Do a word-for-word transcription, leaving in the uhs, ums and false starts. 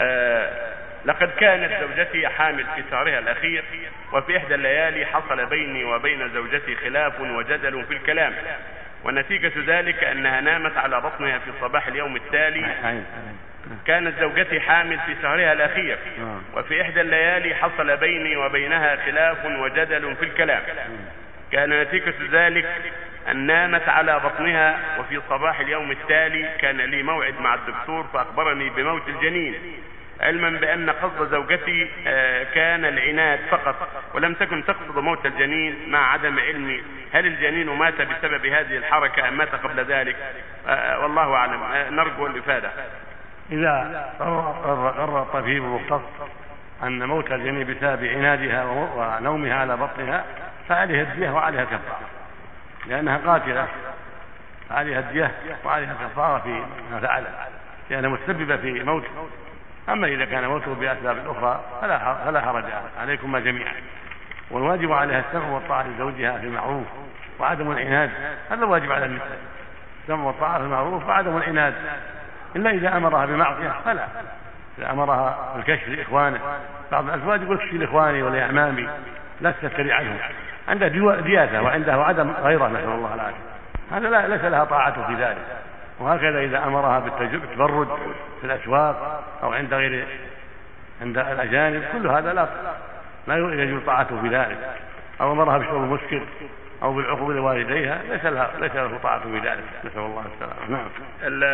آه لقد كانت زوجتي حامل في شهرها الأخير، وفي إحدى الليالي حصل بيني وبين زوجتي خلاف وجدل في الكلام، ونتيجة ذلك أنها نامت على بطنها في صباح اليوم التالي. كانت زوجتي حامل في شهرها الأخير، وفي إحدى الليالي حصل بيني وبينها خلاف وجدل في الكلام، كان نتيجة ذلك أن نامت على بطنها، وفي صباح اليوم التالي كان لي موعد مع الدكتور فأخبرني بموت الجنين، علما بأن قصد زوجتي كان العناد فقط، ولم تكن تقصد موت الجنين، مع عدم علمي هل الجنين مات بسبب هذه الحركة أم مات قبل ذلك، والله أعلم. نرجو الإفادة. إذا قرر الطبيب المختص أن موت الجنين بسبب عنادها ونومها على بطنها فعليها الدية وعليها كفارة، لأنها قاتلة، عليها الدية وعليها كفارة في ما فعل، لأنها متسببة في موت. أما إذا كان موته بأسباب أخرى فلا حرج عليكم جميعا، والواجب عليها السمع والطاعة لزوجها في المعروف وعدم العناد، هذا واجب على النساء، السمع والطاعة في المعروف وعدم العناد، إلا إذا أمرها بمعصية فلا. إذا أمرها بالكشف لإخوانه، بعض الأزواج يقول كشف لإخواني ولأعمامي لا تستري عنهم، عنده دياثة وعنده عدم غيره، نسأل الله العافية، هذا لا ليس لها طاعة في ذلك. وهكذا إذا أمرها بالتبرج في الأسواق أو عند غير عند الأجانب، كل هذا لا لا يجوز طاعته في ذلك، أو أمرها بشرب المسكر أو بالعقوق لوالديها، ليس لها ليس له طاعة في ذلك، نسأل الله السلامة. نعم.